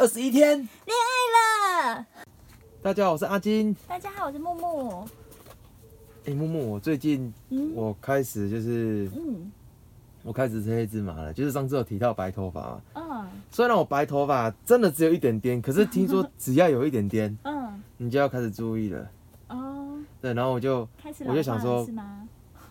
21天， 恋爱了。 大家好，我是阿金。 大家好，我是木木。 木木，我最近我开始就是我开始吃黑芝麻了，就是上次有提到白头发嘛。虽然我白头发真的只有一点点，可是听说只要有一点点，你就要开始注意了。对，然后我就想说， 是吗？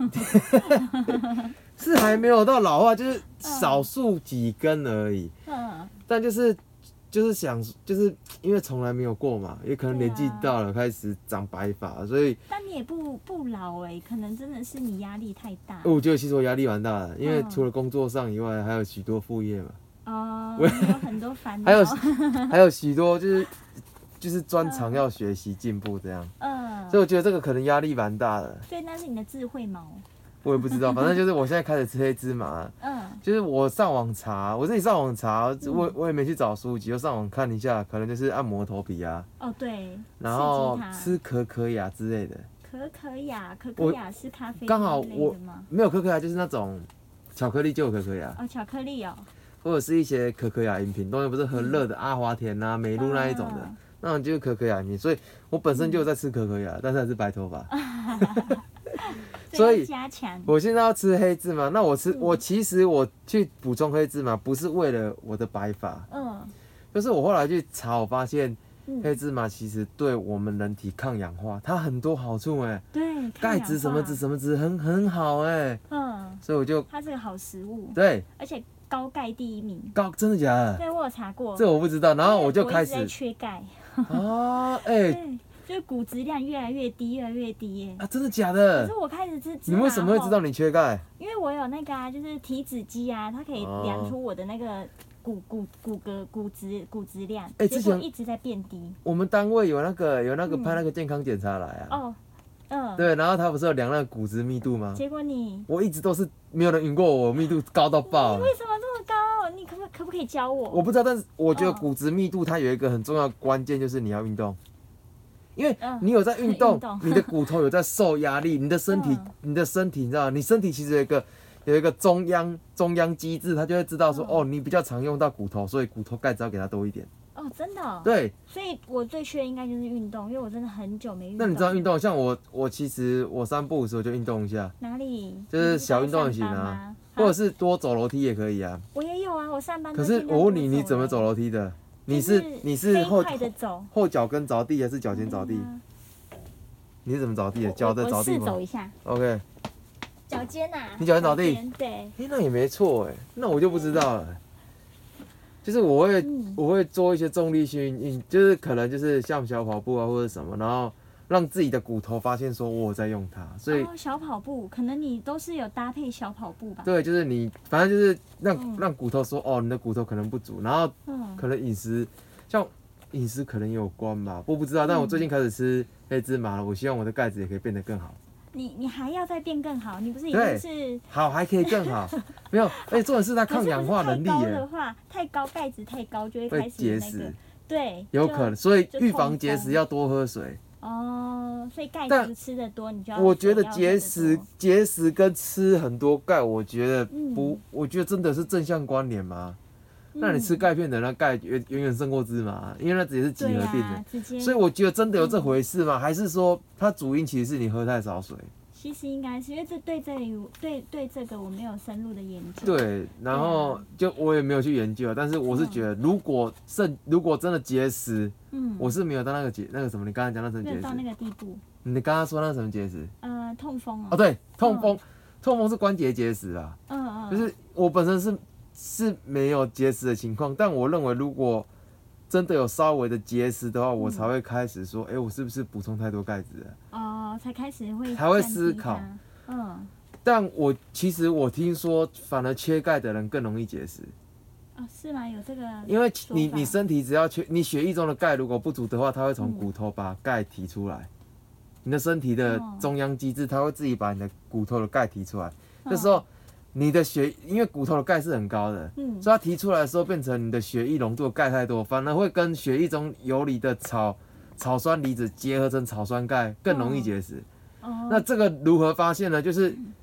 是还没有到老化，就是少数几根而已。但就是因为从来没有过嘛，也可能年纪到了开始长白发，所以。 但你也不老可能真的是你压力太大。 我觉得其实我压力蛮大的，因为除了工作上以外，还有许多副业嘛。 你有很多烦恼。 还有许多就是专长要学习进步这样。所以我觉得这个可能压力蛮大的。 所以那是你的智慧毛。 我也不知道，反正就是我现在开始吃黑芝麻。就是我上网查，我自己上网查，我也没去找书籍，就上网看一下，可能就是按摩头皮啊。 对。 然后吃可可雅之类的。 可可雅是咖啡刚好我没有可可雅，就是那种巧克力就有可可雅。 巧克力或者是一些可可雅饮品，当然不是喝热的阿华田啊、美露那一种的，那种就是可可雅饮品。所以我本身就有在吃可可雅，但是还是白头发。所以我现在要吃黑芝麻。那我其实去补充黑芝麻，不是为了我的白发。就是我后来去查，我发现黑芝麻其实对我们人体抗氧化，它很多好处对， 钙质什么质很好所以我就它是个好食物。 对， 而且高钙第1名。 真的假的？ 对，我有查过。 这我不知道，然后我就开始。 我一直在缺钙。 对， 就是骨质量越来越低耶。 真的假的？ 可是我开始吃。 你为什么会知道你缺钙？ 因为我有那个就是体脂机啊，它可以量出我的那个骨质量。之前一直在变低。我们单位有那个拍那个健康检查来啊。对，然后他不是有量那个骨质密度吗？ 结果我一直都是没有人赢过我，密度高到爆。 你为什么这么高？你可不可以教我？ 我不知道，但是我觉得骨质密度它有一个很重要的关键，就是你要运动。因为你有在运动，你的骨头有在受压力，你的身体你知道，你身体其实有一个中央机制，它就会知道说，你比较常用到骨头，所以骨头钙质要给它多一点。 真的。 对。 所以我最缺应该就是运动，因为我真的很久没运动。 那你知道运动，像我其实我3步50我就运动一下。 哪里？ 就是小运动也行啊，或者是多走楼梯也可以啊。 我也有啊，我上班。 可是我问你，你怎么走楼梯的？你是后脚跟着地还是脚尖着地？你是怎么着地的？脚的着地吗？ 我试走一下。 OK。 脚尖啊。 你脚尖着地？ 对。 那也没错那我就不知道了。就是我会做一些重力训练，就是可能就是像小跑步啊或者什么，然后让自己的骨头发现说我有在用它，所以小跑步可能你都是有搭配小跑步吧？ 对，就是你反正就是让骨头说你的骨头可能不足，然后可能饮食可能有关吧，我不知道。但我最近开始吃黑芝麻了，我希望我的钙质也可以变得更好。 你还要再变更好？你不是已经是好还可以更好？没有，重点是它抗氧化能力太高的话，钙质太高就会开始结石。 对， 有可能，所以预防结石要多喝水。 所以钙质吃得多，你就要。 我觉得结石跟吃很多钙，我觉得我觉得真的是正向关联吗？那你吃钙片的那钙远远胜过芝麻，因为那只是几何定的，所以我觉得真的有这回事吗？还是说它主因其实是你喝太少水？ 其实应该是因为对这个我没有深入的研究。 对，然后就我也没有去研究，但是我是觉得如果真的结石，我是没有到那个什么，你刚才讲那什么结石？ 没有到那个地步。 你刚刚说那什么结石？ 痛风对，痛风是关节结石啊。就是我本身是没有结石的情况，但我认为如果真的有稍微的结石的话，我才会开始说，我是不是补充太多钙质了？ 才开始才会思考。但其实我听说，反而缺钙的人更容易结石。 是吗？有这个？ 因为你身体只要你血液中的钙如果不足的话，它会从骨头把钙提出来。你的身体的中央机制，它会自己把你的骨头的钙提出来。这时候你的因为骨头的钙是很高的，所以它提出来的时候，变成你的血液浓度的钙太多，反而会跟血液中游离的草酸离子结合成草酸钙，更容易结石。那这个如何发现呢？就是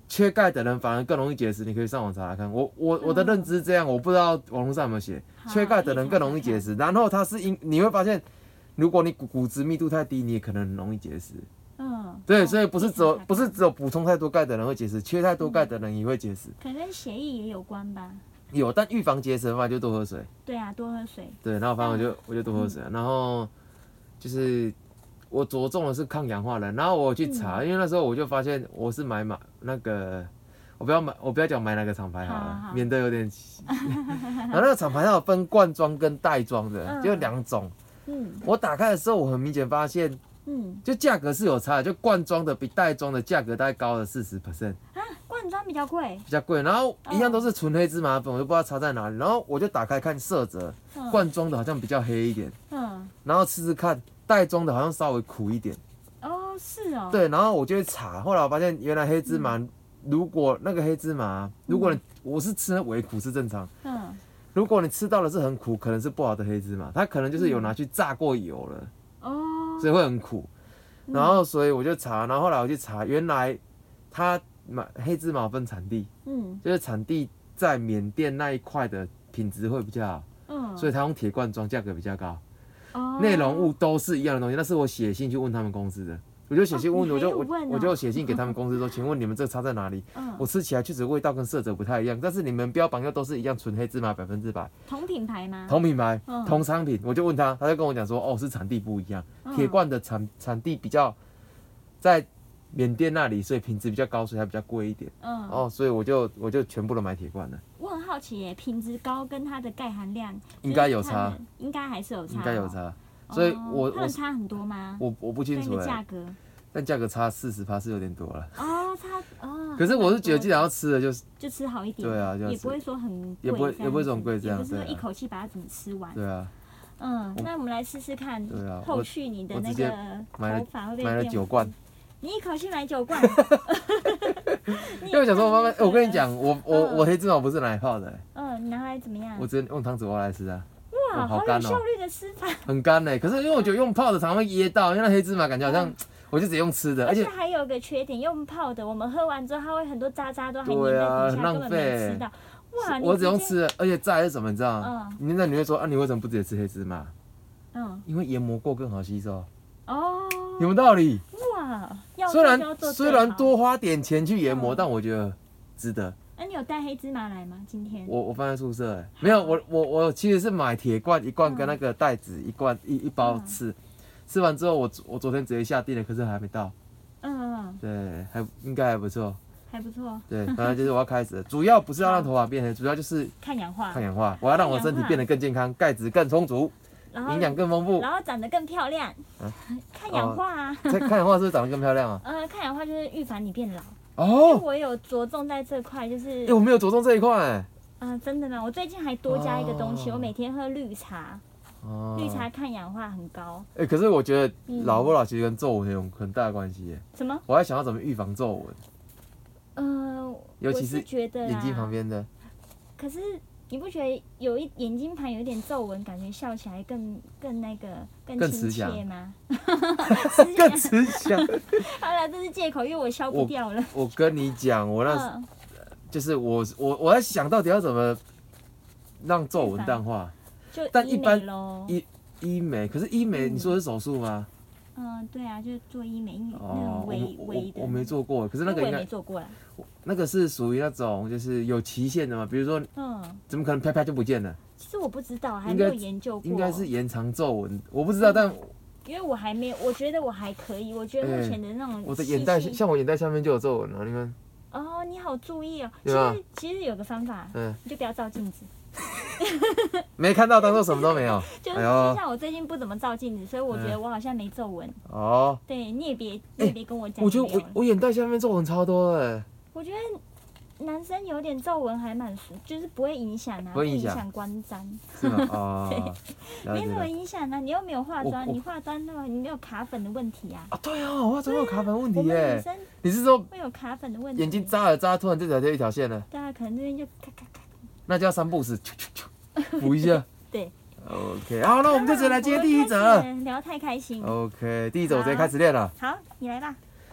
缺钙的人反而更容易结石，你可以上网查查看。我的认知这样，我不知道网络上有没有写，缺钙的人更容易结石。然后它是你会发现，如果你骨质密度太低，你也可能很容易结石。对，所以不是只有补充太多钙的人会结石，缺太多钙的人也会结石。 可能跟血液也有关吧。 有，但预防结石的话就多喝水。 对啊，多喝水。 对，然后反正我就多喝水，然后就是我着重的是抗氧化的，然后我去查，因为那时候我就发现我是买那个，我不要讲买哪个厂牌好了，免得有点。然后那个厂牌它有分罐装跟袋装的，就2种。我打开的时候，我很明显发现。就价格是有差的，就罐装的比袋装的价格大概高了40%。 罐装比较贵。比较贵，然后一样都是纯黑芝麻粉，我就不知道差在哪里。然后我就打开看色泽，罐装的好像比较黑一点。然后吃看，袋装的好像稍微苦一点。 哦，是哦。 对，然后我就去查，后来我发现原来黑芝麻，如果那个黑芝麻，如果我是吃微苦是正常。如果你吃到的是很苦，可能是不好的黑芝麻，它可能就是有拿去炸过油了。所以会很苦，然后所以我就查，然后后来我去查，原来它黑芝麻分产地，就是产地在缅甸那一块的品质会比较好，所以它用铁罐装，价格比较高，内容物都是一样的东西，那是我写信去问他们公司的。我就写信问，我就写信给他们公司说，请问你们这个差在哪里？我吃起来确实味道跟色泽不太一样，但是你们标榜又都是一样纯黑芝麻100%， 同品牌吗？ 同品牌，同商品。我就问他，他就跟我讲说，哦，是产地不一样，铁罐的产地比较在缅甸那里，所以品质比较高，所以还比较贵一点。所以我就全部都买铁罐了。 我很好奇耶，品质高跟它的钙含量应该有差， 应该还是有差， 应该有差。所以他们差很多吗？ 我不清楚价格， 但价格差40%是有点多了。 可是我是觉得既然要吃的就吃好一点， 对啊， 也不会说很贵， 也不会说很贵这样， 也不是说一口气把它整个吃完。 对啊。 那我们来试试看，后续你的那个头发会不会变？ 买了9罐。 你一口气买9罐？ 因为我想说，我跟你讲，我黑芝麻不是拿来泡的。 你拿来怎么样？ 我直接用汤匙挖来吃啊。 哇，好有效率的吃法。 很干嘞，可是因为我觉得用泡的常常会噎到，因为那黑芝麻感觉好像，我就直接用吃的， 而且还有个缺点，用泡的，我们喝完之后，它会很多渣渣都还粘在底下，根本没吃到。哇， 我只用吃的，而且再来是什么，你知道吗？你会说啊，你为什么不直接吃黑芝麻？因为研磨过更好吸收。有没有道理？ 哇， 虽然多花点钱去研磨，但我觉得值得。 你有带黑芝麻来吗？今天我放在宿舍，没有，我其实是买铁罐1罐跟那个袋子一包吃完之后我昨天直接下定了，可是还没到。对，应该还不错。 还不错。 对，反正就是我要开始了，主要不是要让头发变黑，主要就是抗氧化。 我要让我身体变得更健康，钙质更充足，营养更丰富， 然后长得更漂亮。抗氧化啊！ 抗氧化是不是长得更漂亮啊？ 抗氧化就是预防你变老。我有着重在这块，就是。 我没有着重这一块。 真的吗？我最近还多加一个东西，我每天喝绿茶。绿茶抗氧化很高。可是我觉得老不老其实跟皱纹有很大的关系耶。 什么？ 我还想要怎么预防皱纹。尤其是觉得眼睛旁边的。 可是你不觉得眼睛旁有一点皱纹，感觉笑起来更亲切吗？ 更慈祥。 好了，这是借口，因为我消不掉了。 我跟你讲，我那就是我在想到底要怎么让皱纹淡化。但一般医美，可是医美你说是手术吗？ 对啊，就是做医美那种微的。 我没做过，可是那个应该。 我也没做过啦。 那个是属于那种就是有期限的嘛，比如说，怎么可能啪啪就不见了？ 其实我不知道，还没有研究过。 应该是延长皱纹，我不知道，但因为我还没有，我觉得我还可以，我觉得目前的那种。 我的眼袋，像我眼袋下面就有皱纹了，你看。 你好注意哦。其实有个方法，你就不要照镜子。 没看到，当做什么都没有。 就像我最近不怎么照镜子，所以我觉得我好像没皱纹。对，你也别跟我讲。 我觉得我眼袋下面皱纹超多的。 我觉得男生有点皱纹还蛮，就是不会影响啊，不影响观瞻。 是吗？ 对，没什么影响啊。你又没有化妆，你化妆的话，你没有卡粉的问题啊。 对啊，我化妆有卡粉问题耶。 你是说会有卡粉的问题？ 眼睛眨了眨，突然这条就一条线了。 对啊，可能这边就咔咔咔。 那叫3步式，补一下。 对。 OK， 好，那我们就直接来接第一则。 聊太开心。 OK， 第一则我直接开始练了。 好，你来吧。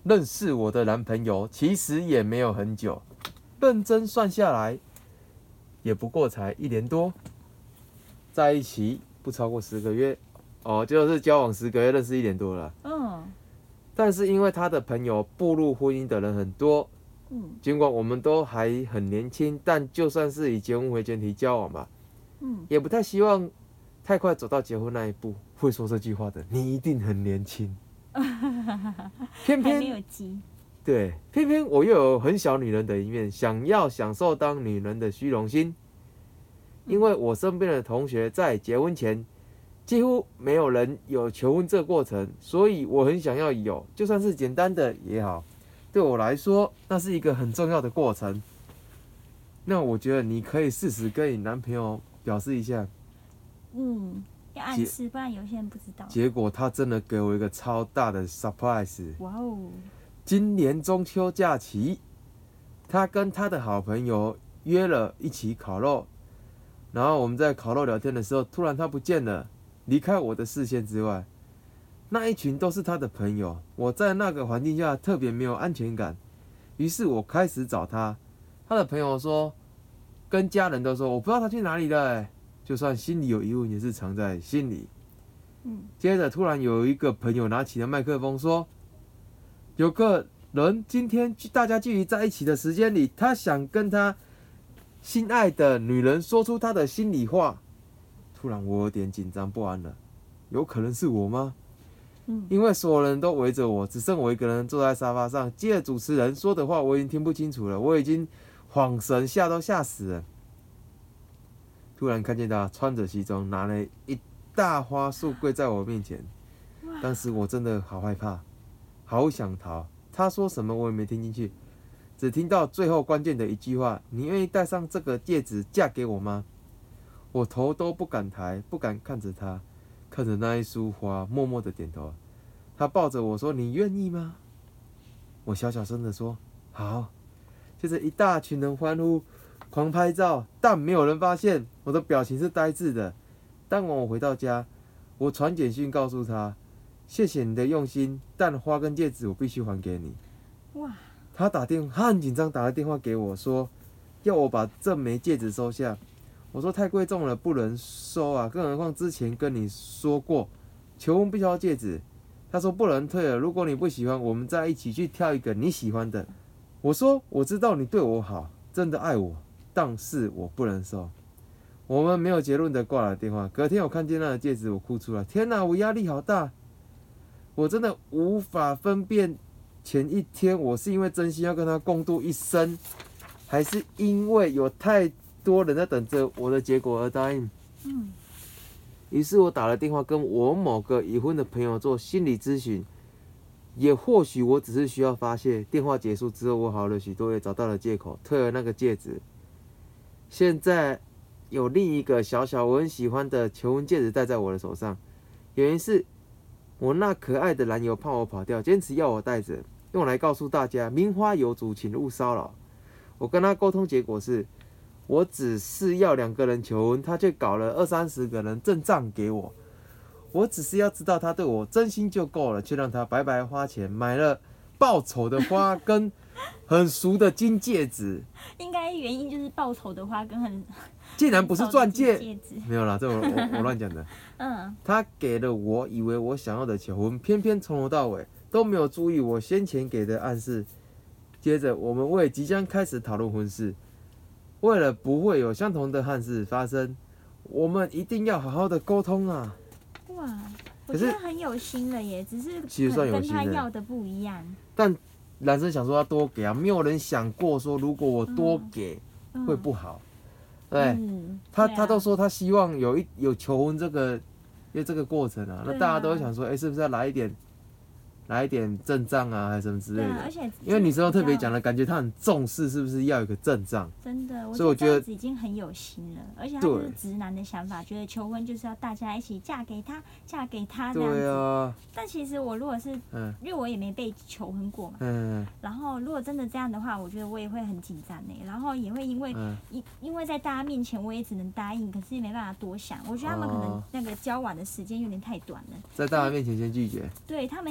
认识我的男朋友其实也没有很久，认真算下来，也不过才1年多，在一起不超过10个月，就是交往10个月，认识1年多了。但是因为他的朋友步入婚姻的人很多，尽管我们都还很年轻，但就算是以结婚为前提交往吧，也不太希望太快走到结婚那一步。会说这句话的，你一定很年轻。偏偏还没有急。对，偏偏我又有很小女人的一面，想要享受当女人的虚荣心。因为我身边的同学在结婚前几乎没有人有求婚这个过程，所以我很想要有，就算是简单的也好，对我来说那是一个很重要的过程。那我觉得你可以试试跟你男朋友表示一下。 要暗示，不然有些人不知道。 结果他真的给我一个超大的 surprise。 哇哦！ 今年中秋假期，他跟他的好朋友约了一起烤肉，然后我们在烤肉聊天的时候，突然他不见了，离开我的视线之外。那一群都是他的朋友，我在那个环境下特别没有安全感，于是我开始找他。他的朋友说，跟家人都说我不知道他去哪里了，就算心里有疑问也是藏在心里。接着突然有一个朋友拿起了麦克风说，有个人今天大家聚集在一起的时间里，他想跟他心爱的女人说出他的心里话。突然我有点紧张不安了，有可能是我吗？因为所有人都围着我，只剩我一个人坐在沙发上。接着主持人说的话我已经听不清楚了，我已经恍神，吓死了。突然看见他穿着西装，拿了一大花束跪在我面前。当时我真的好害怕，好想逃。他说什么我也没听进去，只听到最后关键的一句话：你愿意戴上这个戒指嫁给我吗？我头都不敢抬，不敢看着他，看着那一束花，默默的点头。他抱着我说：你愿意吗？我小声的说：好。接着一大群人欢呼，狂拍照，但没有人发现我的表情是呆滞的。当晚我回到家，我传简讯告诉他，谢谢你的用心，但花跟戒指我必须还给你。他很紧张，打了电话给我说，要我把这枚戒指收下。我说太贵重了，不能收啊，更何况之前跟你说过，求婚不需要戒指。他说不能退了，如果你不喜欢，我们再一起去挑一个你喜欢的。我说我知道你对我好，真的爱我，但是我不能收。我们没有结论的挂了电话。隔天我看见那个戒指，我哭出来。天哪，我压力好大，我真的无法分辨前一天我是因为真心要跟他共度一生，还是因为有太多人在等着我的结果而答应。于是我打了电话跟我某个已婚的朋友做心理咨询。也或许我只是需要发泄。电话结束之后，我好了许多，也找到了借口，退了那个戒指。现在有另一个小我很喜欢的求婚戒指戴在我的手上，原因是我那可爱的男友怕我跑掉，坚持要我戴着，用来告诉大家名花有主，请勿骚扰。我跟他沟通结果是，我只是要2个人求婚，他却搞了20-30个人阵仗给我。我只是要知道他对我真心就够了，却让他白白花钱买了爆丑的花跟很俗的金戒指。 应该原因就是爆丑的花跟竟然不是钻戒，没有啦，这我乱讲的。他给了我以为我想要的求婚，偏偏从头到尾都没有注意我先前给的暗示。接着我们为即将开始讨论婚事，为了不会有相同的憾事发生，我们一定要好好的沟通啊。 我觉得很有心了耶，只是其实算有心跟他要的不一样。 但男生想说要多给啊，没有人想过说如果我多给会不好。对，他都说他希望有求婚这个过程啊，那大家都会想说，是不是要来一点阵仗啊，还是什么之类的。 而且因为女生都特别讲了，感觉她很重视，是不是要有个阵仗？ 真的，所以我觉得已经很有心了。而且他就是直男的想法，觉得求婚就是要大家一起嫁给他这样子。 对啊。 但其实我如果是，因为我也没被求婚过嘛。然后如果真的这样的话，我觉得我也会很紧张呢。然后也会因为在大家面前我也只能答应，可是也没办法多想。我觉得他们可能那个交往的时间有点太短了。 在大家面前先拒绝。 对，他们应该要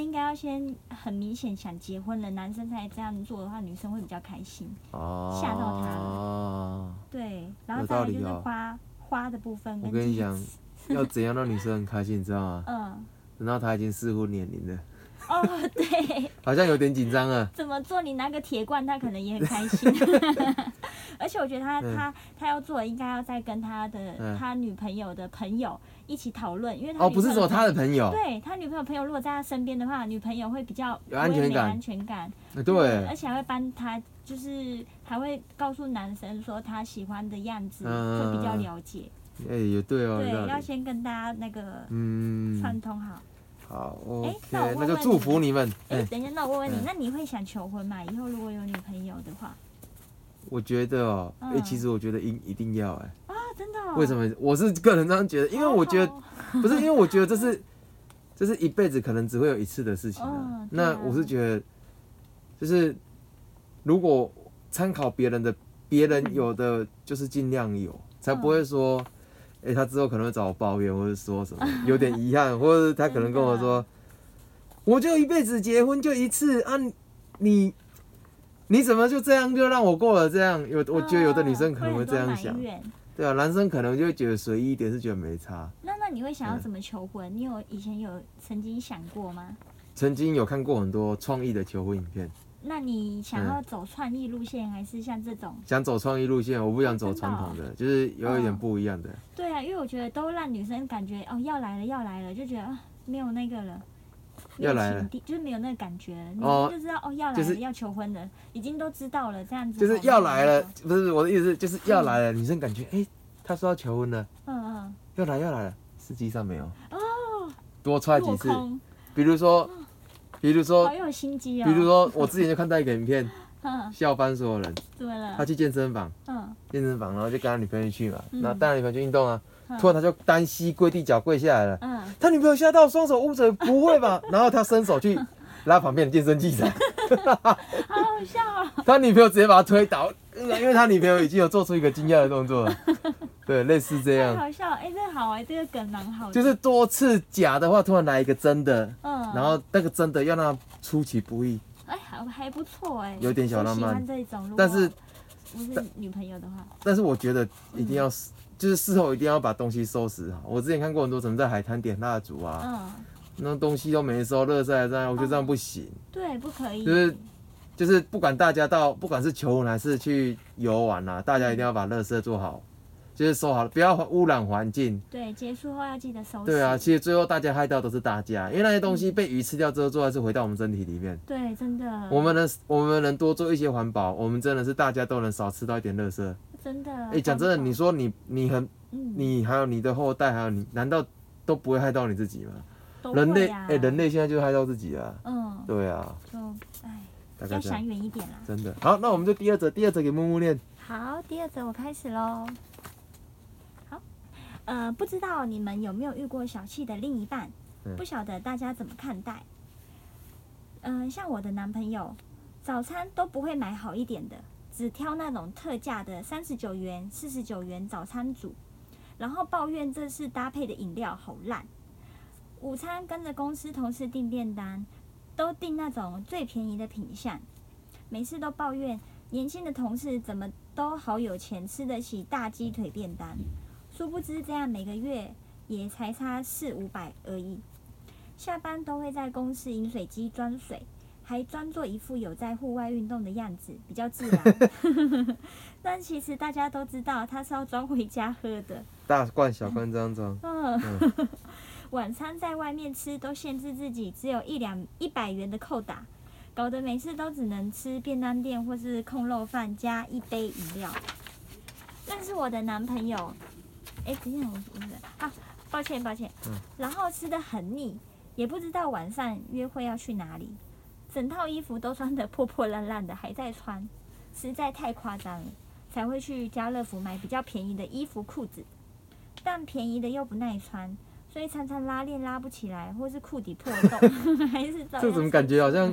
先很明显想结婚了，男生才这样做的话，女生会比较开心，吓到他了。对，然后再来就是花的部分。 我跟你讲，要怎样让女生很开心，你知道吗？等到她已经适婚年龄了。 对。 好像有点紧张啊。 怎么做？你拿个铁罐，他可能也很开心。而且我觉得他要做，应该要再跟他女朋友的朋友一起讨论，因为不是说他的朋友。 对，他女朋友如果在他身边的话，女朋友会比较有安全感。 对，而且还会帮他，就是还会告诉男生说他喜欢的样子，就比较了解。 也对哦。 对，要先跟大家那个串通好。 好 ，OK， 那就祝福你们。 等一下，那我问你，那你会想求婚吗？以后如果有女朋友的话？ 我觉得其实我觉得一定要真的。 为什么？我是个人这样觉得，因为我觉得不是，因为我觉得这是一辈子可能只会有一次的事情啊。那我是觉得，就是如果参考别人有的，就是尽量有，才不会说。他之后可能会找我抱怨，或者说什么有点遗憾，或者他可能跟我说，我就一辈子结婚就一次啊，你怎么就这样就让我过了这样？我觉得有的女生可能会这样想，对啊，男生可能就会觉得随意一点，是觉得没差。 那你会想要怎么求婚？你以前有曾经想过吗？ 曾经有看过很多创意的求婚影片。 那你想要走创意路线，还是像这种？ 想走创意路线，我不想走传统的，就是有一点不一样的。 对啊，因为我觉得都让女生感觉要来了，就觉得没有那个了，要来了，就是没有那个感觉了。女生就知道要来了，要求婚了，已经都知道了，这样子。 就是要来了，不是我的意思，就是要来了，女生感觉他说要求婚了，要来了，实际上没有。多踹几次，比如说， 好有心机哦。 比如说，我之前就看到一个影片，笑翻所有人。 怎么了？ 他去健身房，然后就跟他女朋友去嘛，然后带他女朋友去运动啊，突然他就单膝跪地脚跪下来了，他女朋友吓到双手捂着，不会吧？然后他伸手去拉旁边的健身器材， 好好笑哦。 他女朋友直接把他推倒，因为他女朋友已经有做出一个惊讶的动作了。对，类似这样。 好笑，这好这个梗蛮好的。 就是多次假的话，突然来一个真的，然后那个真的要让他出其不意。 还不错有点小浪漫。 喜欢这种， 但是不是女朋友的话。 但是我觉得一定要，就是事后一定要把东西收拾好。我之前看过很多什么在海滩点蜡烛啊，那东西都没收，垃圾还在，我觉得这样不行。 对，不可以。 就是不管大家不管是求婚还是去游玩啊，大家一定要把垃圾做好。就是收好了，不要污染环境。 对，结束后要记得收拾。 对啊，其实最后大家害到都是大家，因为那些东西被鱼吃掉之后，最后还是回到我们身体里面。 对，真的。 我们能多做一些环保，我们真的是大家都能少吃到一点垃圾。 真的。 讲真的，你说你还有你的后代，还有你，难道都不会害到你自己吗？人类现在就害到自己了。对啊。 要想远一点啦。 真的。好，那我们就第二则给木木念。 好，第二则我开始咯。好，不知道你们有没有遇过小气的另一半？不晓得大家怎么看待？像我的男朋友，早餐都不会买好一点的，只挑那种特价的39元、49元早餐组，然后抱怨这次搭配的饮料好烂。午餐跟着公司同事订便当，都订那种最便宜的品项，每次都抱怨年轻的同事怎么都好有钱，吃得起大鸡腿便当。殊不知这样每个月也才差400-500而已。下班都会在公司饮水机装水，还装作一副有在户外运动的样子，比较自然。但其实大家都知道他是要装回家喝的， 大罐小罐这样装。 晚餐在外面吃都限制自己只有100元的扣打，搞得每次都只能吃便当店或是控肉饭加一杯饮料。但是我的男朋友，等一下抱歉。然后吃得很腻，也不知道晚上约会要去哪里，整套衣服都穿得破破烂烂的还在穿，实在太夸张了，才会去家乐福买比较便宜的衣服裤子，但便宜的又不耐穿，所以常常拉链拉不起来，或是裤底破洞，还是这怎么感觉好像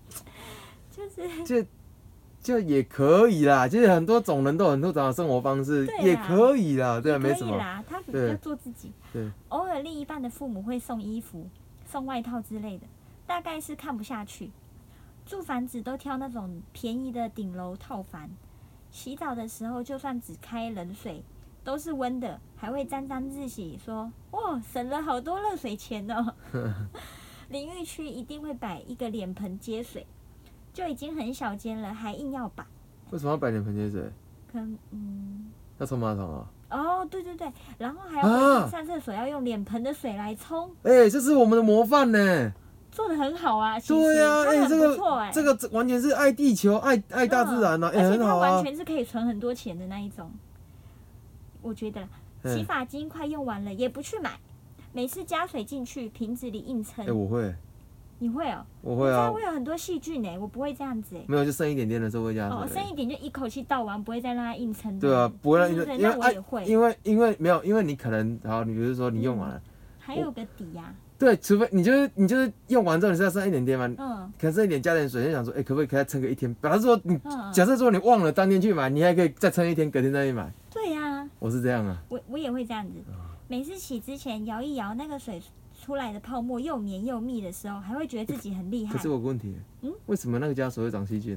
就是就也可以啦，其实很多种人都有很多种的生活方式，也可以啦，对啊，没什么。 他比较做自己。对。偶尔另一半的父母会送衣服、送外套之类的， 大概是看不下去。住房子都挑那种便宜的顶楼套房，洗澡的时候就算只开冷水，都是温的，还会沾沾自喜说：“哇，省了好多热水钱哦。”淋浴区一定会摆一个脸盆接水，就已经很小间了，还硬要摆。 为什么要摆脸盆接水？ 可能要冲马桶啊？ 哦，对对对，然后还要上厕所要用脸盆的水来冲。 这是我们的模范呢。 做得很好啊， 对啊，这个完全是爱地球、爱大自然啊， 而且它很好啊。 完全是可以存很多钱的那一种。我觉得洗发精快用完了也不去买，每次加水进去，瓶子里硬撑。 我会。 你会哦？ 我会啊。 我有很多细菌我不会这样子没有，就剩一点点的时候会加水。 剩一点就一口气倒完，不会再让它硬撑。 对啊，不会让硬撑。 那我也会。 因为没有，因为你可能好，你比如说你用完了， 还有个底呀。 对，除非你就是用完之后你是要剩一点点嘛，可能剩一点加点水，就想说，可不可以再撑个一天？表示说你假设说你忘了当天去买，你还可以再撑一天，隔天再去买。 对呀， 我是这样啊。 我也会这样子，每次洗之前摇一摇那个水出来的泡沫又绵又密的时候，还会觉得自己很厉害。 可是我有个问题，为什么那个加水会长细菌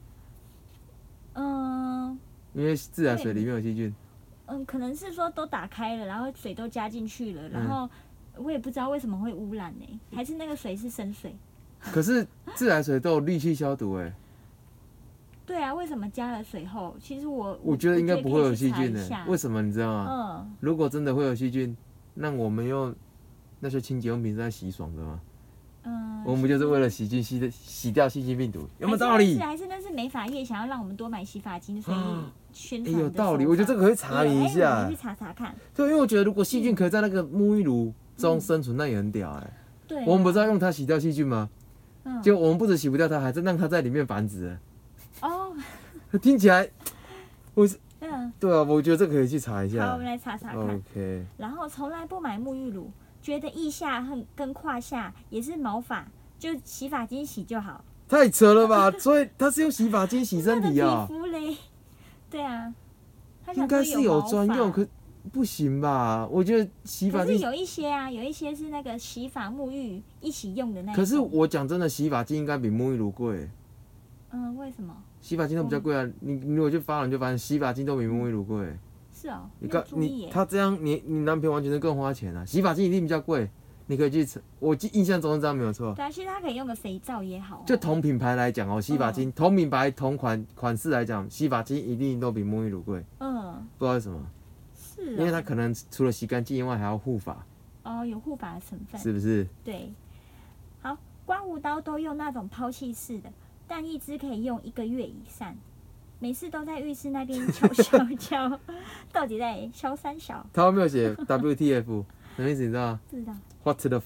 啊？因为自来水里面有细菌。 可能是说都打开了，然后水都加进去了，然后。我也不知道为什么会污染还是那个水是生水？ 可是自来水都有氯气消毒对啊，为什么加了水后，其实我觉得应该不会有细菌为什么你知道吗？如果真的会有细菌，那我们用那些清洁用品是在洗爽的吗？我们不就是为了洗掉细菌病毒？有没有道理？ 还是那是美发业想要让我们多买洗发精，所以宣传有道理。我觉得这个可以查一下， 去查查看。 对，因为我觉得如果细菌可以在那个沐浴乳中生存，那也很屌对， 我们不是要用它洗掉细菌吗？就我们不止洗不掉它，还是让它在里面繁殖。听起来，对啊，我觉得这可以去查一下。 好，我们来查查看。 OK。 然后从来不买沐浴乳，觉得腋下跟胯下也是毛发，就洗发精洗就好。 太扯了吧！所以他是用洗发精洗身体啊？皮肤嘞？对啊。 应该是有专用，可不行吧？我觉得洗发精可是有一些是那个洗发沐浴一起用的那种。 可是我讲真的，洗发精应该比沐浴乳贵。 为什么？ 洗发精都比较贵啊！你如果去发了，你就发现洗发精都比沐浴乳贵。 是哦。 他这样，你男朋友完全是更花钱啊！洗发精一定比较贵，你可以去，我印象中是这样没有错。 对啊，其实他可以用个肥皂也好。 就同品牌来讲洗发精同品牌同款式来讲，洗发精一定都比沐浴乳贵。不知道为什么。 是。 因为它可能除了洗干净以外，还要护发。 有护发的成分。 是不是？ 对。好，刮胡刀都用那种抛弃式的，但一支可以用1个月以上。每次都在浴室那边敲，到底在敲三小？ 他有没有写 WTF？ 什么意思你知道吗？ 不知道。 What the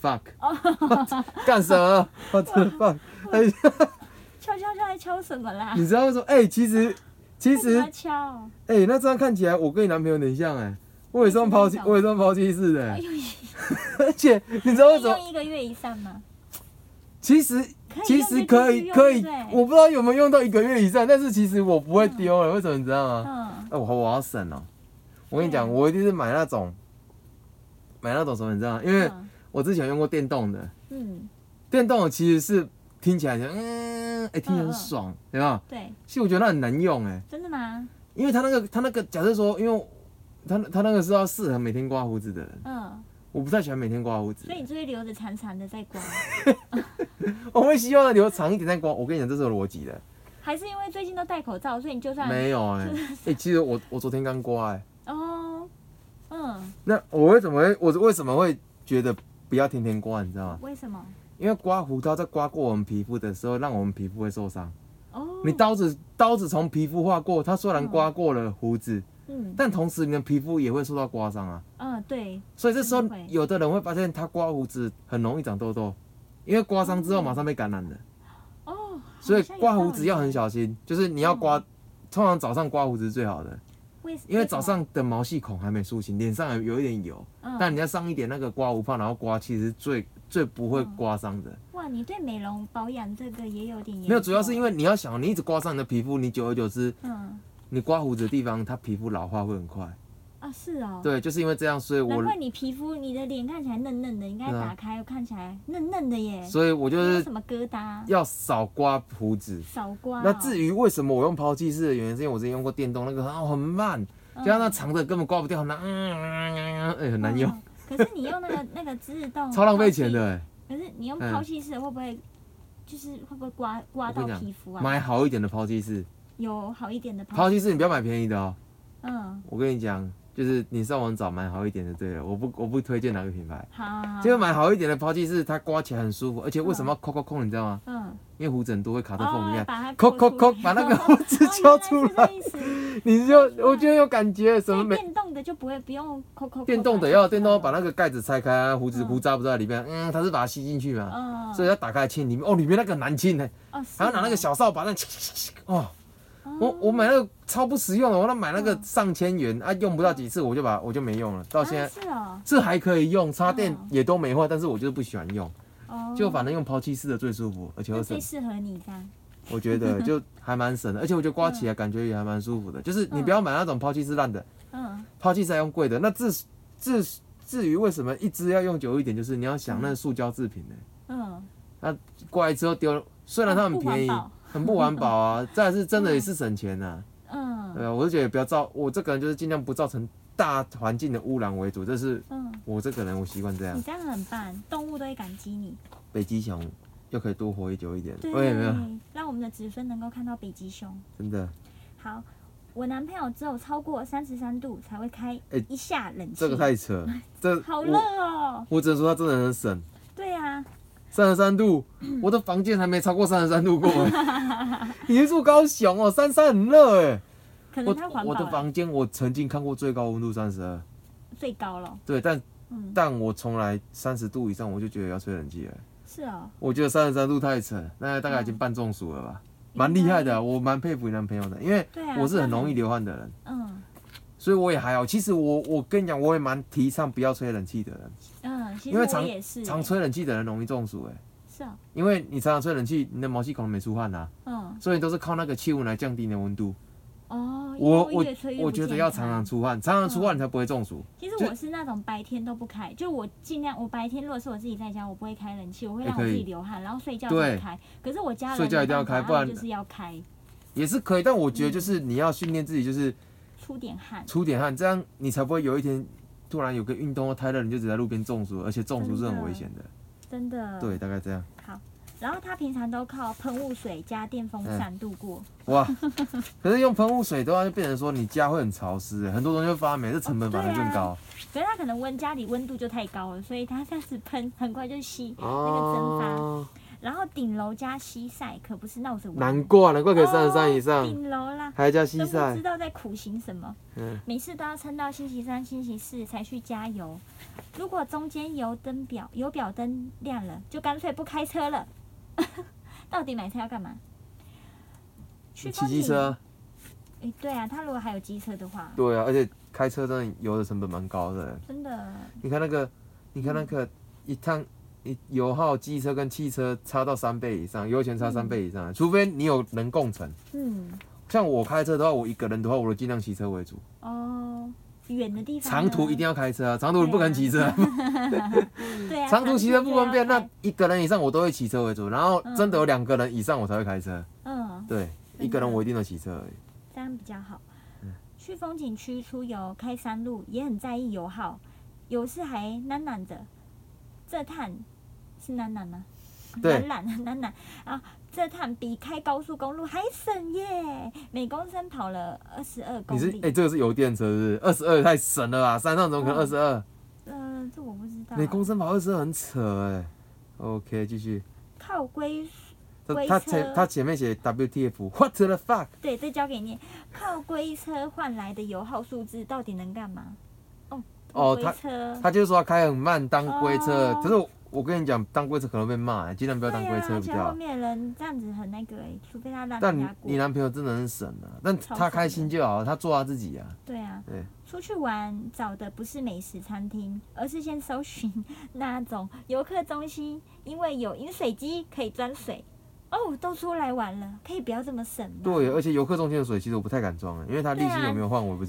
fuck？ 干什么 ？What the fuck？ 敲在敲什么啦？ 你知道说其实敲。 那这样看起来我跟你男朋友很像我也算抛弃式的。而且你知道为什么？ 用1个月以上吗？ 其实可以，我不知道有没有用到1个月以上，但是其实我不会丢了，为什么你知道吗？我要省哦。我跟你讲，我一定是买那种什么，你知道吗？因为我之前用过电动的，电动的其实是听起来听起来很爽，对吧？ 对。 其实我觉得它很难用真的吗？ 因为它那个，假设说，因为它那个是要适合每天刮胡子的人，我不太喜欢每天刮胡子， 所以你就会留着长长的再刮。 我会希望它留长一点再刮。我跟你讲，这是有逻辑的。 还是因为最近都戴口罩，所以你就算没有其实我昨天刚刮那我为什么会觉得不要天天刮？你知道吗？ 为什么？ 因为刮胡刀在刮过我们皮肤的时候，让我们皮肤会受伤。你刀子从皮肤划过，它虽然刮过了胡子，但同时你的皮肤也会受到刮伤啊。 对。 所以这时候有的人会发现他刮胡子很容易长痘痘，因为刮伤之后马上被感染了。所以刮胡子要很小心，就是你要刮，通常早上刮胡子是最好的，因为早上的毛细孔还没苏醒，脸上有一点油，但你要上一点那个刮胡泡，然后刮，其实最不会刮伤的。 哇，你对美容保养这个也有点研究。 没有，主要是因为你要想，你一直刮伤你的皮肤，你久而久之，你刮胡子的地方，它皮肤老化会很快。 啊，是哦。 对，就是因为这样，所以难怪你皮肤、你的脸看起来嫩嫩的，应该打开看起来嫩嫩的耶。 所以我就是什么疙瘩， 要少刮胡子。 少刮。 那至于为什么我用抛弃式的原因，是因为我之前用过电动那个很慢，加上那长的根本刮不掉，很难，很难用。 可是你用那个自动， 超浪费钱的。 可是你用抛弃式会不会刮到皮肤啊？ 买好一点的抛弃式。 有好一点的抛弃式，你不要买便宜的哦。我跟你讲，就是你上网找买好一点的，对了，我不推荐哪个品牌。 好。 结果买好一点的抛弃式，它刮起来很舒服，而且为什么要抠，你知道吗？因为胡子很多会卡在缝里面，抠，把那个胡子敲出来。我觉得有感觉，什么电动的就不用抠。 电动把那个盖子拆开，胡渣不在里面，它是把它吸进去嘛，所以要打开清里面，里面那个难清呢，还要拿那个小扫把我买那个超不实用的，我买那个上千元用不到几次我就没用了，到现在是还可以用，插电也都没坏，但是我就是不喜欢用，就反正用抛弃式的最舒服，而且又省。 最适合你这样。 我觉得就还蛮省的，而且我觉得刮起来感觉也还蛮舒服的，就是你不要买那种抛弃式烂的，抛弃式还用贵的。那至于为什么一支要用久一点，就是你要想那塑胶制品呢，那过来之后丢，虽然它很便宜。很不环保啊，再来是真的也是省钱呐。对啊，我就觉得不要我这个人就是尽量不造成大环境的污染为主，这是我这个人我习惯这样。 你这样很棒，动物都会感激你。 北极熊又可以多活久一点， 对，让我们的子孙能够看到北极熊。 真的。 好，我男朋友只有超过33度才会开一下冷气。 这个太扯，这好热哦。 我只能说他真的很省。 对啊。 33度，我的房间还没超过33度过。你是住高雄哦，33很热哎。 可能他环保。 我的房间我曾经看过最高温度32。 最高了。对， 但我从来30度以上我就觉得要吹冷气了。 是哦。 我觉得33度太扯，那大概已经半中暑了吧，蛮厉害的，我蛮佩服你男朋友的，因为我是很容易流汗的人。所以我也还好，其实我跟你讲，我也蛮提倡不要吹冷气的人。 其实我也是。 常吹冷气的人容易中暑是啊。 因为你常常吹冷气，你的毛细孔没出汗啊。所以都是靠那个气温来降低你的温度。我觉得要常常出汗，你才不会中暑。 其实我是那种白天都不开，就我尽量，我白天如果是我自己在家，我不会开冷气，我会让我自己流汗，然后睡觉才开。可是我家人睡觉一定要开，不然就是要开。 也是可以，但我觉得就是你要训练自己，就是出点汗，这样你才不会有一天突然有个运动太热，你就只在路边中暑，而且中暑是很危险的。 真的。 对，大概这样。 好，然后他平常都靠喷雾水加电风扇度过。 哇！可是用喷雾水的话，就变成说你家会很潮湿，很多东西会发霉，这成本反而更高。 可是他可能家里温度就太高了，所以他这样子喷，很快就吸那个蒸发。然后顶楼加西晒可不是闹着玩。 难怪可以33以上。 顶楼啦， 还加西晒， 都不知道在苦行什么。每次都要撑到星期3、星期4才去加油。如果中间油表灯亮了，就干脆不开车了。到底买车要干嘛？ 骑机车。 对啊，他如果还有机车的话。 对啊，而且开车真的油的成本蛮高的。 真的。你看那个一趟。油耗机车跟汽车差到3倍以上，油钱差3倍以上，除非你有人共乘。像我开车的话，我一个人的话，我都尽量骑车为主。 远的地方。 长途一定要开车啊，长途你不可能骑车。 对啊。 长途骑车不方便，那一个人以上我都会骑车为主，然后真的有2个人以上我才会开车。对，一个人我一定都骑车而已。 这样比较好。去风景区出游开山路也很在意油耗，有时还喃着。这碳是喃吗？ 对， 喃啊！这碳比开高速公路还省耶，每公升跑了22公里。 这个是油电车是不是？22太省了吧？山上怎么可能22？ 这我不知道。 每公升跑22很扯OK， 继续。 靠龟他前面写 WTF，What the fuck？ 对，这交给你。靠龟车换来的油耗数字到底能干嘛？ 他就是说他开很慢当龟车，可是我跟你讲，当龟车可能被骂，尽量不要当龟车比较好。 后面人这样子很那个除非他让人家过。 但你男朋友真的很省但他开心就好，他做他自己啊。 对啊。对。出去玩找的不是美食餐厅，而是先搜寻那种游客中心，因为有饮水机可以装水。都出来玩了，可以不要这么省吗？ 对，而且游客中心的水其实我不太敢装因为它滤芯有没有换我也不知道。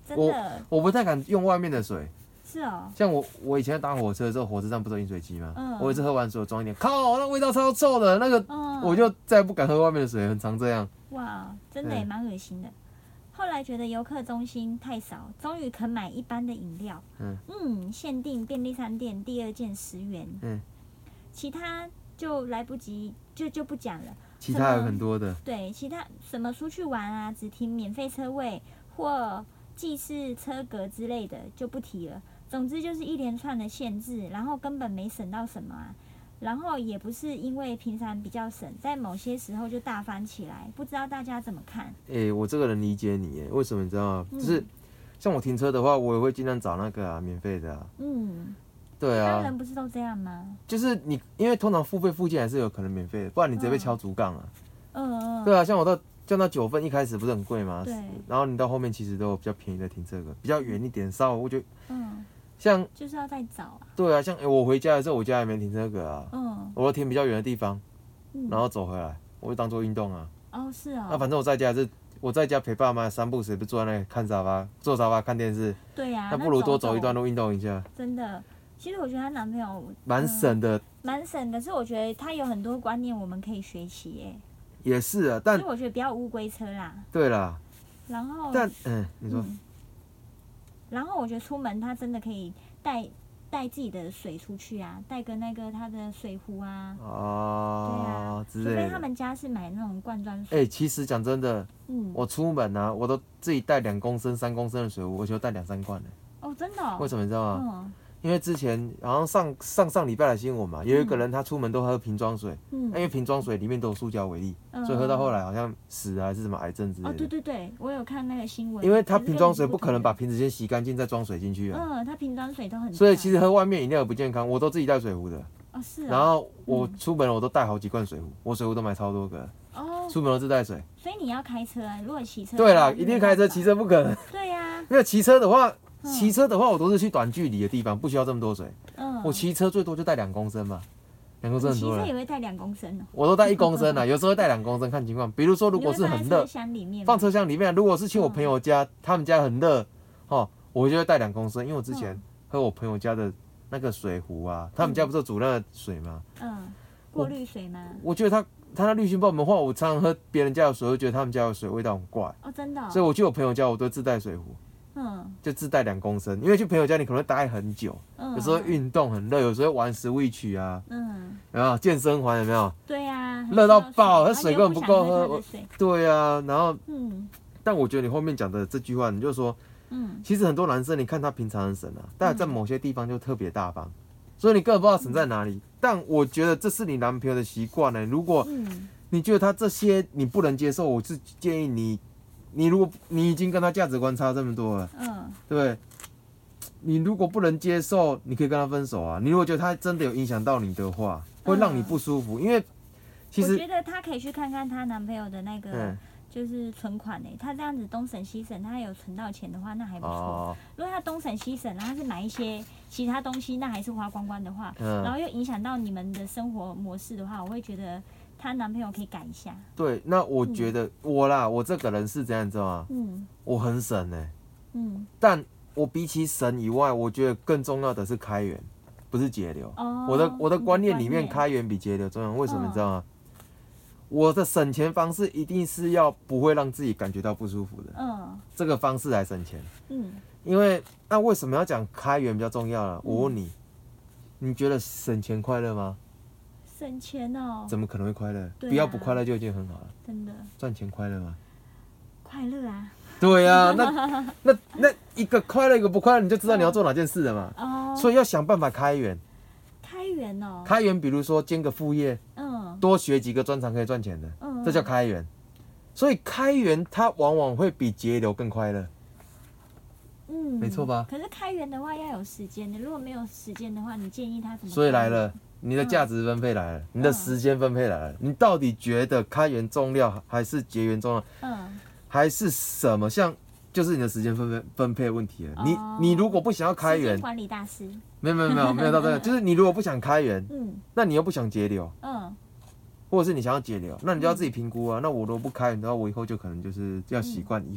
真的， 我不太敢用外面的水。 是哦。 像我以前搭火车的时候，火车上不是有饮水机吗？我一次喝完水，我装一点，靠，那味道超臭的，那个我就再也不敢喝外面的水，很常这样。 哇，真的也蛮恶心的。后来觉得游客中心太少，终于肯买一般的饮料。限定便利商店第2件10元。其他就来不及，就不讲了。 其他有很多的。 对，其他什么出去玩啊，只停免费车位或记事车格之类的就不提了。总之就是一连串的限制，然后根本没省到什么啊。然后也不是因为平常比较省，在某些时候就大翻起来，不知道大家怎么看？ 我这个人理解你，为什么你知道吗？就是像我停车的话，我也会尽量找那个免费的啊。对啊。 一般人不是都这样吗？ 就是你，因为通常付费附近还是有可能免费的，不然你直接被敲竹杠啊。对啊，像我到叫那9分一开始不是很贵吗？ 对。 然后你到后面其实都有比较便宜的停车格，比较远一点，稍微我觉得。像就是要再找啊。 对啊，像我回家的时候，我家也没停车格啊。我要停比较远的地方，然后走回来，我就当做运动啊。 是哦。 那反正我在家陪爸妈3不5时，不坐在那里看沙发，坐沙发看电视。 对呀。 那不如多走一段路运动一下。 真的，其实我觉得她男朋友蛮省的。 蛮省，可是我觉得他有很多观念我们可以学习耶。 也是啊，但所以我觉得不要乌龟车啦。 对啦。 然后。 你说。 然后我觉得出门他真的可以带自己的水出去啊，带个他的水壶啊。对啊。除非他们家是买那种罐装水。 其实讲真的，我出门啊，我都自己带2公升、3公升的水壶，我就带2-3罐了。 真的哦。 为什么你知道吗？因为之前好像上礼拜的新闻嘛，有一个人他出门都喝瓶装水，因为瓶装水里面都有塑胶微粒，所以喝到后来好像死还是什么癌症之类的。 对，我有看那个新闻。 因为他瓶装水不可能把瓶子先洗干净再装水进去啊。 他瓶装水都很。 所以其实喝外面饮料也不健康，我都自己带水壶的。 是啊。 然后我出门我都带好几罐水壶，我水壶都买超多个。出门都自带水。 所以你要开车啊？如果骑车。 对啦，一定开车，骑车不可能。 对呀。 因为骑车的话，我都是去短距离的地方，不需要这么多水。我骑车最多就带2公升吧，2公升很多了。 骑车也会带2公升哦。 我都带1公升啊，有时候带2公升看情况。比如说，如果是很热，放车厢里面。如果是去我朋友家，他们家很热，我就会带2公升，因为我之前喝我朋友家的那个水壶啊，他们家不是煮那个水吗？ 过滤水吗？ 我觉得他那滤芯不好话，我常常喝别人家的水，我觉得他们家的水味道很怪。 真的。 所以我去我朋友家，我都自带水壶。就自带2公升，因为去朋友家你可能会待很久，有时候运动很热，有时候玩Switch啊，有没有健身环有没有？ 对啊， 热到爆，那水根本不够喝。对啊，然后但我觉得你后面讲的这句话，你就说，其实很多男生你看他平常很省啊，但在某些地方就特别大方，所以你根本不知道省在哪里。但我觉得这是你男朋友的习惯呢。如果你觉得他这些你不能接受，我是建议你如果你已经跟他价值观差这么多了，对不对？你如果不能接受，你可以跟他分手啊。你如果觉得他真的有影响到你的话，会让你不舒服，因为其实我觉得她可以去看看她男朋友的那个就是存款他这样子东省西省，他有存到钱的话，那还不错。如果他东省西省，然后他是买一些其他东西，那还是花光光的话，然后又影响到你们的生活模式的话，我会觉得。她男朋友可以改一下。 对，那我觉得我这个人是怎样，你知道吗？我很省但我比起省以外，我觉得更重要的是开源，不是节流。我的观念里面，开源比节流重要。为什么你知道吗？我的省钱方式一定是要不会让自己感觉到不舒服的。这个方式来省钱。因为那为什么要讲开源比较重要呢？我问你，你觉得省钱快乐吗？ 省钱哦， 怎么可能会快乐？不要不快乐就已经很好了。 真的。 赚钱快乐吗？ 快乐啊。 对啊，那一个快乐一个不快乐，你就知道你要做哪件事了嘛。所以要想办法开源。 开源哦。 开源，比如说兼个副业，多学几个专长可以赚钱的，这叫开源。所以开源它往往会比节流更快乐。没错吧？ 可是开源的话要有时间的，如果没有时间的话，你建议他怎么？ 所以来了。你的价值分配来了，你的时间分配来了，你到底觉得开源重要还是节源重要？还是什么？像就是你的时间分配问题了。你如果不想要开源， 管理大师， 没有到这个，就是你如果不想开源，那你又不想节流，或者是你想要节流，那你就要自己评估啊。那我如果不开源的话，我以后就可能就是要习惯以后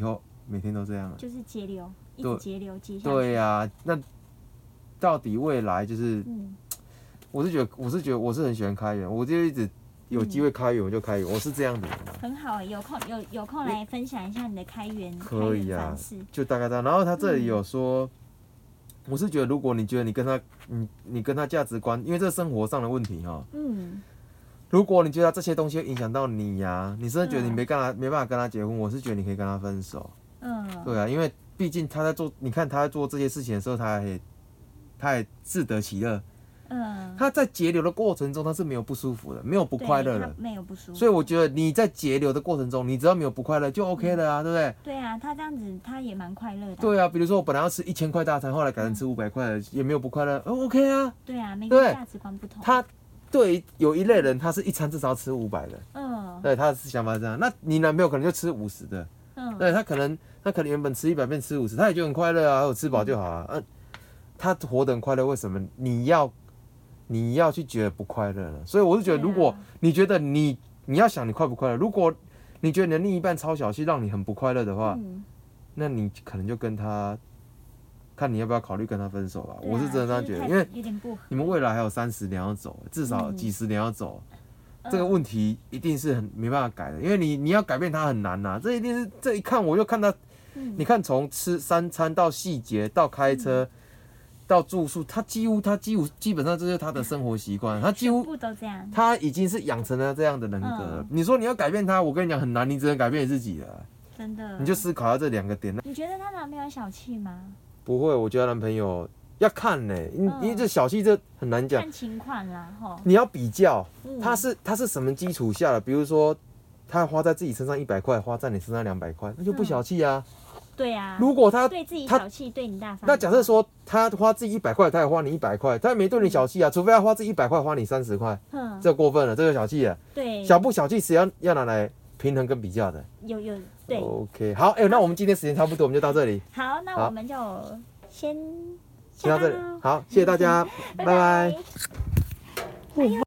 每天都这样啊？ 就是节流，一直节流接下去。 对呀，那到底未来就是，我是觉得我是很喜欢开源，我就一直有机会开源我就开源，我是这样的人。 很好，有空来分享一下你的开源可以啊， 方式就大概这样。然后他这里有说，我是觉得如果你觉得你跟他价值观，因为这是生活上的问题哈。如果你觉得这些东西会影响到你呀，你甚至觉得你没办法跟他结婚，我是觉得你可以跟他分手。对啊，因为毕竟他在做，你看他在做这些事情的时候，他也自得其乐。他在节流的过程中，他是没有不舒服的，没有不快乐的， 没有不舒服。 所以我觉得你在节流的过程中，你只要没有不快乐就 OK 了啊，对不对？ 对啊，他这样子他也蛮快乐的。 对啊，比如说我本来要吃1000块大餐，后来改成吃500块了，也没有不快乐，OK 啊。 对啊，每个人价值观不同。 他对有一类人，他是一餐至少要吃500的，对，他的想法是这样。那你男朋友可能就吃50的，对他可能原本吃100变吃50，他也就很快乐啊，有吃饱就好啊。他活得很快乐，为什么你要去觉得不快乐呢？所以我是觉得，如果你觉得你要想你快不快乐，如果你觉得你的另一半超小气，让你很不快乐的话，那你可能就跟他看你要不要考虑跟他分手吧。我是真的这样觉得，因为你们未来还有30年要走，至少几十年要走，这个问题一定是很没办法改的，因为你要改变他很难呐。这一定是这一看我就看他，你看从吃3餐到细节到开车。到住宿，他基本上这就是他的生活习惯，他几乎都这样， 他已经是养成了这样的人格。你说你要改变他，我跟你讲很难，你只能改变你自己了。 真的， 你就思考下这2个点。 你觉得她男朋友小气吗？ 不会，我觉得她男朋友要看呢，因为这小气这很难讲， 看情况啦吼。 你要比较，他是什么基础下的？比如说，他花在自己身上100块，花在你身上200块，那就不小气啊。 对啊， 如果他对自己小气，对你大方， 那假设说他花自己100块，他也花你100块，他也没对你小气啊，除非他花自己100块，花你30块，这过分了，这个小气啊。 对， 小不小气是要拿来平衡跟比较的。 有对。 OK， 好，那我们今天时间差不多，我们就到这里。 好，那我们就先到这里。好，谢谢大家，拜拜。